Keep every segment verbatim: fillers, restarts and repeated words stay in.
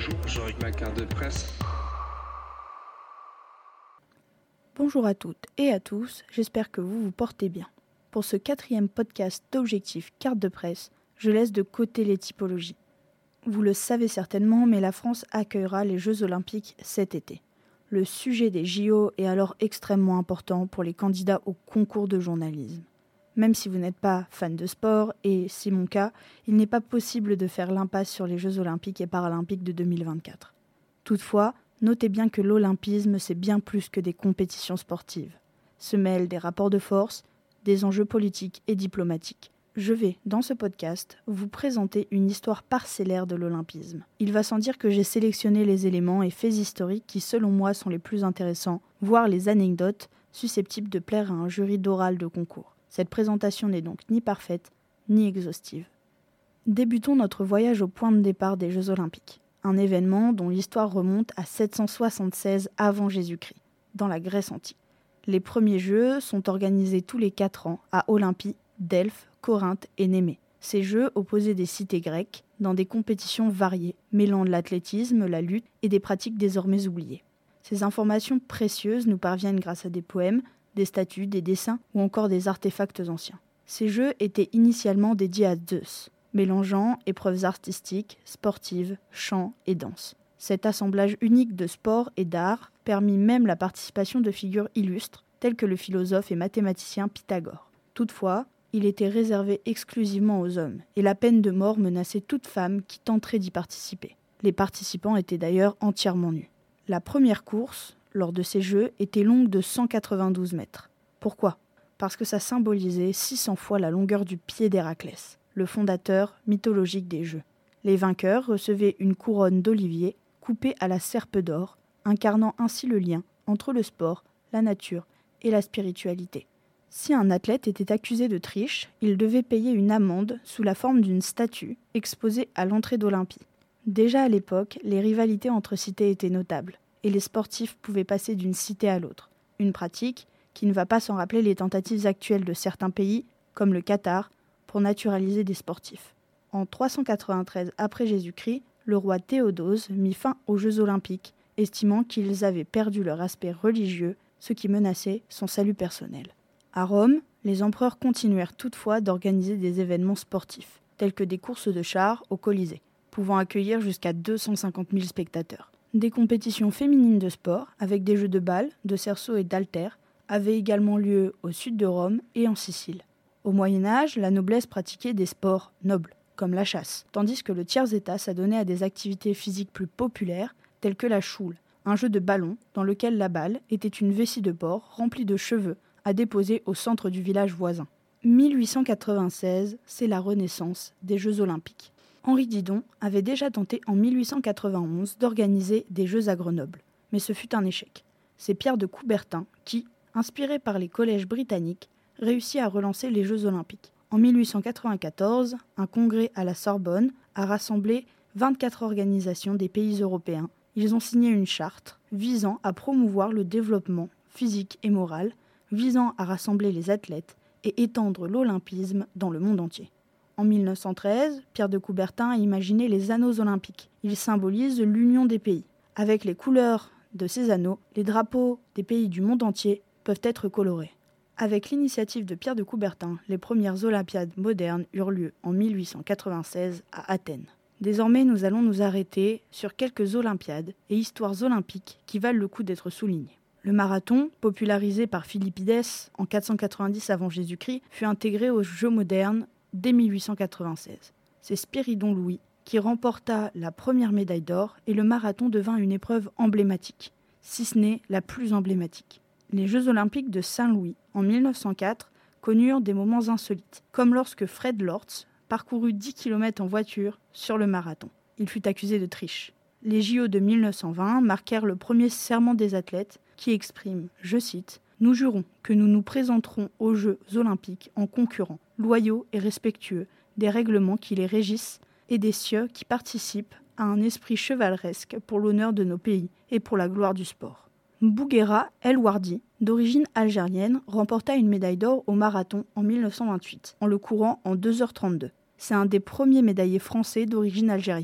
Bonjour, j'aurai ma carte de presse. Bonjour à toutes et à tous, j'espère que vous vous portez bien. Pour ce quatrième podcast d'Objectif Carte de Presse, je laisse de côté les typologies. Vous le savez certainement, mais la France accueillera les Jeux Olympiques cet été. Le sujet des J O est alors extrêmement important pour les candidats au concours de journalisme. Même si vous n'êtes pas fan de sport, et c'est mon cas, il n'est pas possible de faire l'impasse sur les Jeux Olympiques et Paralympiques de deux mille vingt-quatre. Toutefois, notez bien que l'olympisme, c'est bien plus que des compétitions sportives. Se mêlent des rapports de force, des enjeux politiques et diplomatiques. Je vais, dans ce podcast, vous présenter une histoire parcellaire de l'olympisme. Il va sans dire que j'ai sélectionné les éléments et faits historiques qui, selon moi, sont les plus intéressants, voire les anecdotes susceptibles de plaire à un jury d'oral de concours. Cette présentation n'est donc ni parfaite, ni exhaustive. Débutons notre voyage au point de départ des Jeux Olympiques. Un événement dont l'histoire remonte à sept cent soixante-seize avant Jésus-Christ, dans la Grèce antique. Les premiers Jeux sont organisés tous les quatre ans à Olympie, Delphes, Corinthe et Némée. Ces Jeux opposaient des cités grecques dans des compétitions variées, mêlant de l'athlétisme, la lutte et des pratiques désormais oubliées. Ces informations précieuses nous parviennent grâce à des poèmes, des statues, des dessins ou encore des artefacts anciens. Ces Jeux étaient initialement dédiés à Zeus, mélangeant épreuves artistiques, sportives, chants et danse. Cet assemblage unique de sport et d'art permit même la participation de figures illustres, telles que le philosophe et mathématicien Pythagore. Toutefois, il était réservé exclusivement aux hommes, et la peine de mort menaçait toute femme qui tenterait d'y participer. Les participants étaient d'ailleurs entièrement nus. La première course, lors de ces Jeux, était longue de cent quatre-vingt-douze mètres. Pourquoi ? Parce que ça symbolisait six cents fois la longueur du pied d'Héraclès, le fondateur mythologique des Jeux. Les vainqueurs recevaient une couronne d'olivier coupée à la serpe d'or, incarnant ainsi le lien entre le sport, la nature et la spiritualité. Si un athlète était accusé de triche, il devait payer une amende sous la forme d'une statue exposée à l'entrée d'Olympie. Déjà à l'époque, les rivalités entre cités étaient notables, et les sportifs pouvaient passer d'une cité à l'autre. Une pratique qui ne va pas sans rappeler les tentatives actuelles de certains pays, comme le Qatar, pour naturaliser des sportifs. En trois cent quatre-vingt-treize après Jésus-Christ, le roi Théodose mit fin aux Jeux Olympiques, estimant qu'ils avaient perdu leur aspect religieux, ce qui menaçait son salut personnel. À Rome, les empereurs continuèrent toutefois d'organiser des événements sportifs, tels que des courses de chars au Colisée, pouvant accueillir jusqu'à deux cent cinquante mille spectateurs. Des compétitions féminines de sport, avec des jeux de balles, de cerceaux et d'haltères, avaient également lieu au sud de Rome et en Sicile. Au Moyen-Âge, la noblesse pratiquait des sports nobles, comme la chasse, tandis que le tiers-état s'adonnait à des activités physiques plus populaires, telles que la choule, un jeu de ballon dans lequel la balle était une vessie de porc remplie de cheveux à déposer au centre du village voisin. mille huit cent quatre-vingt-seize, c'est la renaissance des Jeux Olympiques. Henri Didon avait déjà tenté en mille huit cent quatre-vingt-onze d'organiser des Jeux à Grenoble, mais ce fut un échec. C'est Pierre de Coubertin qui, inspiré par les collèges britanniques, réussit à relancer les Jeux Olympiques. En mille huit cent quatre-vingt-quatorze, un congrès à la Sorbonne a rassemblé vingt-quatre organisations des pays européens. Ils ont signé une charte visant à promouvoir le développement physique et moral, visant à rassembler les athlètes et étendre l'olympisme dans le monde entier. En mille neuf cent treize, Pierre de Coubertin a imaginé les anneaux olympiques. Ils symbolisent l'union des pays. Avec les couleurs de ces anneaux, les drapeaux des pays du monde entier peuvent être colorés. Avec l'initiative de Pierre de Coubertin, les premières Olympiades modernes eurent lieu en mille huit cent quatre-vingt-seize à Athènes. Désormais, nous allons nous arrêter sur quelques Olympiades et histoires olympiques qui valent le coup d'être soulignées. Le marathon, popularisé par Philippides en quatre cent quatre-vingt-dix avant Jésus-Christ, fut intégré aux Jeux modernes dès mille huit cent quatre-vingt-seize. C'est Spyridon Louis qui remporta la première médaille d'or et le marathon devint une épreuve emblématique, si ce n'est la plus emblématique. Les Jeux Olympiques de Saint-Louis, en mille neuf cent quatre, connurent des moments insolites, comme lorsque Fred Lorz parcourut dix kilomètres en voiture sur le marathon. Il fut accusé de triche. Les J O de mille neuf cent vingt marquèrent le premier serment des athlètes qui exprime, je cite, « Nous jurons que nous nous présenterons aux Jeux Olympiques en concurrents, loyaux et respectueux des règlements qui les régissent et des cieux qui participent à un esprit chevaleresque pour l'honneur de nos pays et pour la gloire du sport. » Bouguera El Wardi, d'origine algérienne, remporta une médaille d'or au marathon en mille neuf cent vingt-huit, en le courant en deux heures trente-deux. C'est un des premiers médaillés français d'origine algérienne.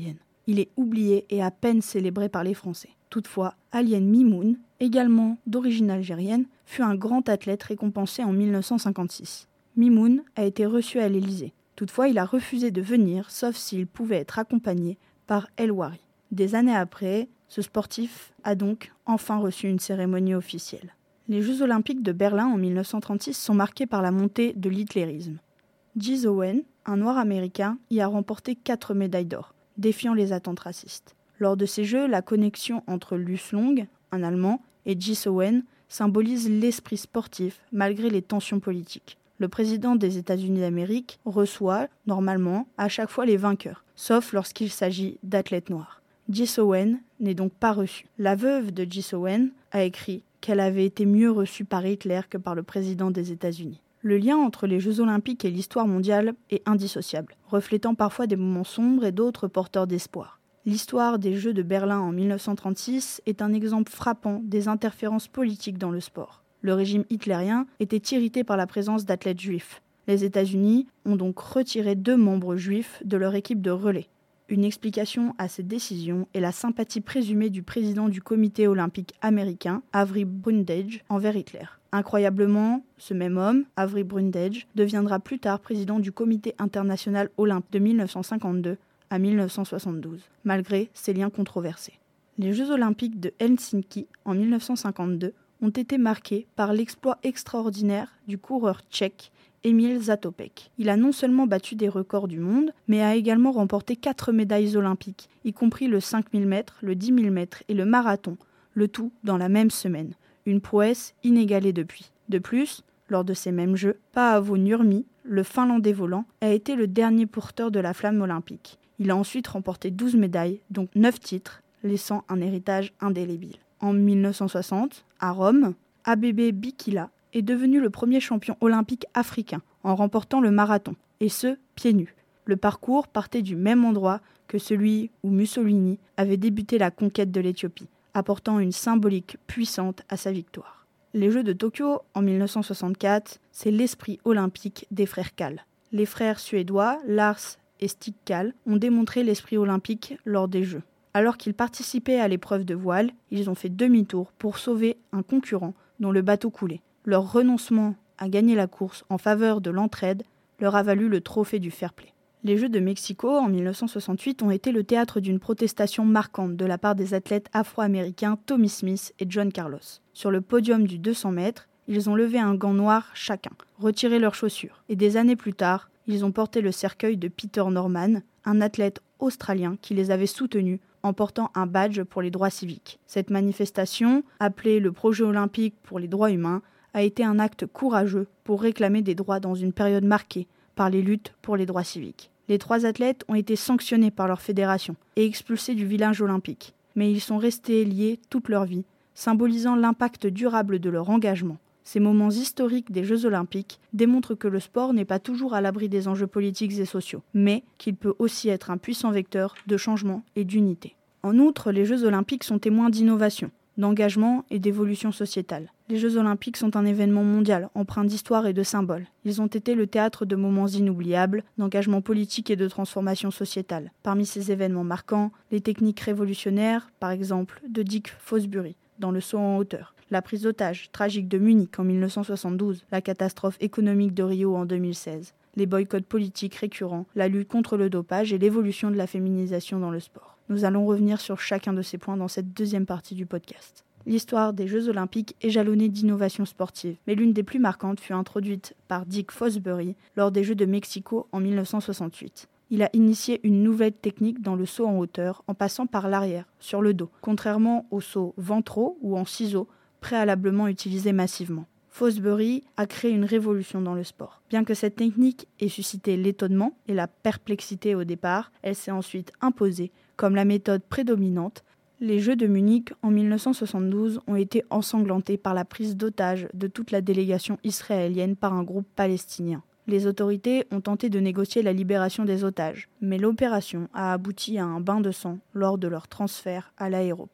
il est oublié et à peine célébré par les Français. Toutefois, Alien Mimoun, également d'origine algérienne, fut un grand athlète récompensé en mille neuf cent cinquante-six. Mimoun a été reçu à l'Élysée. Toutefois, il a refusé de venir, sauf s'il pouvait être accompagné par El Ouari. Des années après, ce sportif a donc enfin reçu une cérémonie officielle. Les Jeux Olympiques de Berlin en mille neuf cent trente-six sont marqués par la montée de l'hitlérisme. Gis Owen, un noir américain, y a remporté quatre médailles d'or, défiant les attentes racistes. Lors de ces Jeux, la connexion entre Luce Long, un Allemand, et Gis Owen symbolise l'esprit sportif malgré les tensions politiques. Le président des États-Unis d'Amérique reçoit, normalement, à chaque fois les vainqueurs, sauf lorsqu'il s'agit d'athlètes noirs. Gis Owen n'est donc pas reçue. La veuve de Gis Owen a écrit qu'elle avait été mieux reçue par Hitler que par le président des États-Unis. Le lien entre les Jeux Olympiques et l'histoire mondiale est indissociable, reflétant parfois des moments sombres et d'autres porteurs d'espoir. L'histoire des Jeux de Berlin en mille neuf cent trente-six est un exemple frappant des interférences politiques dans le sport. Le régime hitlérien était irrité par la présence d'athlètes juifs. Les États-Unis ont donc retiré deux membres juifs de leur équipe de relais. Une explication à cette décision est la sympathie présumée du président du comité olympique américain, Avery Brundage, envers Hitler. Incroyablement, ce même homme, Avery Brundage, deviendra plus tard président du comité international olympique de mille neuf cent cinquante-deux à mille neuf cent soixante-douze, malgré ses liens controversés. Les Jeux olympiques de Helsinki en mille neuf cent cinquante-deux ont été marqués par l'exploit extraordinaire du coureur tchèque Emil Zatopek. Il a non seulement battu des records du monde, mais a également remporté quatre médailles olympiques, y compris le cinq mille mètres, le dix mille mètres et le marathon, le tout dans la même semaine. Une prouesse inégalée depuis. De plus, lors de ces mêmes Jeux, Paavo Nurmi, le Finlandais volant, a été le dernier porteur de la flamme olympique. Il a ensuite remporté douze médailles, dont neuf titres, laissant un héritage indélébile. En mille neuf cent soixante, à Rome, Abebe Bikila est devenu le premier champion olympique africain en remportant le marathon, et ce, pieds nus. Le parcours partait du même endroit que celui où Mussolini avait débuté la conquête de l'Éthiopie, apportant une symbolique puissante à sa victoire. Les Jeux de Tokyo en mille neuf cent soixante-quatre, c'est l'esprit olympique des frères Kahl. Les frères suédois, Lars et Stig Kahl, ont démontré l'esprit olympique lors des Jeux. Alors qu'ils participaient à l'épreuve de voile, ils ont fait demi-tour pour sauver un concurrent dont le bateau coulait. Leur renoncement à gagner la course en faveur de l'entraide leur a valu le trophée du fair-play. Les Jeux de Mexico en mille neuf cent soixante-huit ont été le théâtre d'une protestation marquante de la part des athlètes afro-américains Tommy Smith et John Carlos. Sur le podium du deux cents mètres, ils ont levé un gant noir chacun, retiré leurs chaussures, et des années plus tard, ils ont porté le cercueil de Peter Norman, un athlète australien qui les avait soutenus en portant un badge pour les droits civiques. Cette manifestation, appelée le Projet olympique pour les droits humains, a été un acte courageux pour réclamer des droits dans une période marquée par les luttes pour les droits civiques. Les trois athlètes ont été sanctionnés par leur fédération et expulsés du village olympique, mais ils sont restés liés toute leur vie, symbolisant l'impact durable de leur engagement. Ces moments historiques des Jeux olympiques démontrent que le sport n'est pas toujours à l'abri des enjeux politiques et sociaux, mais qu'il peut aussi être un puissant vecteur de changement et d'unité. En outre, les Jeux olympiques sont témoins d'innovation, d'engagement et d'évolution sociétale. Les Jeux olympiques sont un événement mondial, empreint d'histoire et de symboles. Ils ont été le théâtre de moments inoubliables, d'engagement politique et de transformation sociétale. Parmi ces événements marquants, les techniques révolutionnaires, par exemple, de Dick Fosbury, dans le saut en hauteur, la prise d'otage tragique de Munich en mille neuf cent soixante-douze, la catastrophe économique de Rio en deux mille seize, les boycotts politiques récurrents, la lutte contre le dopage et l'évolution de la féminisation dans le sport. Nous allons revenir sur chacun de ces points dans cette deuxième partie du podcast. L'histoire des Jeux olympiques est jalonnée d'innovations sportives, mais l'une des plus marquantes fut introduite par Dick Fosbury lors des Jeux de Mexico en mille neuf cent soixante-huit. Il a initié une nouvelle technique dans le saut en hauteur en passant par l'arrière, sur le dos, contrairement aux sauts ventraux ou en ciseaux, préalablement utilisés massivement. Fosbury a créé une révolution dans le sport. Bien que cette technique ait suscité l'étonnement et la perplexité au départ, elle s'est ensuite imposée comme la méthode prédominante. Les Jeux de Munich en mille neuf cent soixante-douze ont été ensanglantés par la prise d'otage de toute la délégation israélienne par un groupe palestinien. Les autorités ont tenté de négocier la libération des otages, mais l'opération a abouti à un bain de sang lors de leur transfert à l'aéroport.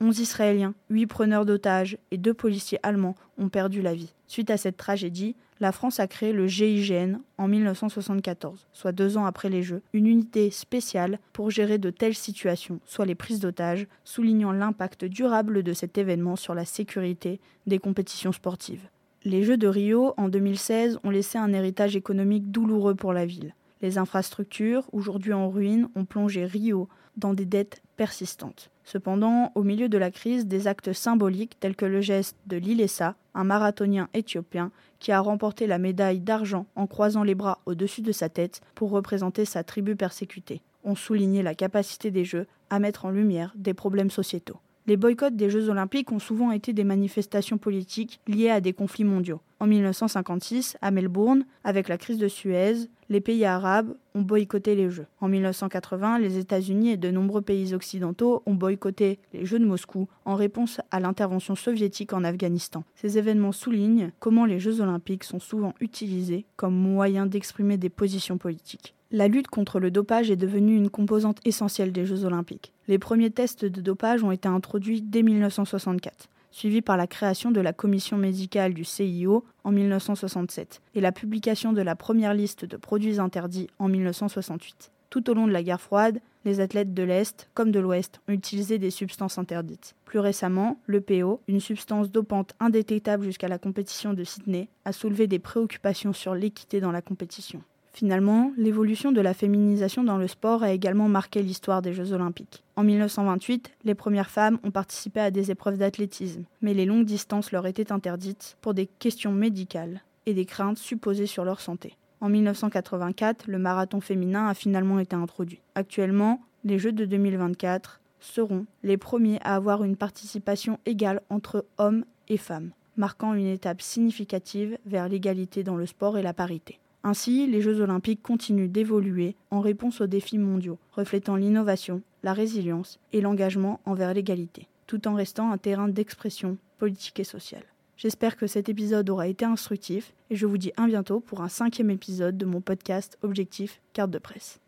onze Israéliens, huit preneurs d'otages et deux policiers allemands ont perdu la vie. Suite à cette tragédie, la France a créé le G I G N en mille neuf cent soixante-quatorze, soit deux ans après les Jeux, une unité spéciale pour gérer de telles situations, soit les prises d'otages, soulignant l'impact durable de cet événement sur la sécurité des compétitions sportives. Les Jeux de Rio, en deux mille seize, ont laissé un héritage économique douloureux pour la ville. Les infrastructures, aujourd'hui en ruine, ont plongé Rio dans des dettes persistantes. Cependant, au milieu de la crise, des actes symboliques tels que le geste de Lilesa, un marathonien éthiopien qui a remporté la médaille d'argent en croisant les bras au-dessus de sa tête pour représenter sa tribu persécutée, ont souligné la capacité des Jeux à mettre en lumière des problèmes sociétaux. Les boycotts des Jeux Olympiques ont souvent été des manifestations politiques liées à des conflits mondiaux. En mille neuf cent cinquante-six, à Melbourne, avec la crise de Suez, les pays arabes ont boycotté les Jeux. En mille neuf cent quatre-vingts, les États-Unis et de nombreux pays occidentaux ont boycotté les Jeux de Moscou en réponse à l'intervention soviétique en Afghanistan. Ces événements soulignent comment les Jeux Olympiques sont souvent utilisés comme moyen d'exprimer des positions politiques. La lutte contre le dopage est devenue une composante essentielle des Jeux Olympiques. Les premiers tests de dopage ont été introduits dès mille neuf cent soixante-quatre, suivis par la création de la commission médicale du C I O en mille neuf cent soixante-sept et la publication de la première liste de produits interdits en mille neuf cent soixante-huit. Tout au long de la guerre froide, les athlètes de l'Est comme de l'Ouest ont utilisé des substances interdites. Plus récemment, l'E P O, une substance dopante indétectable jusqu'à la compétition de Sydney, a soulevé des préoccupations sur l'équité dans la compétition. Finalement, l'évolution de la féminisation dans le sport a également marqué l'histoire des Jeux Olympiques. En mille neuf cent vingt-huit, les premières femmes ont participé à des épreuves d'athlétisme, mais les longues distances leur étaient interdites pour des questions médicales et des craintes supposées sur leur santé. En mille neuf cent quatre-vingt-quatre, le marathon féminin a finalement été introduit. Actuellement, les Jeux de deux mille vingt-quatre seront les premiers à avoir une participation égale entre hommes et femmes, marquant une étape significative vers l'égalité dans le sport et la parité. Ainsi, les Jeux Olympiques continuent d'évoluer en réponse aux défis mondiaux, reflétant l'innovation, la résilience et l'engagement envers l'égalité, tout en restant un terrain d'expression politique et sociale. J'espère que cet épisode aura été instructif et je vous dis à bientôt pour un cinquième épisode de mon podcast Objectif Carte de Presse.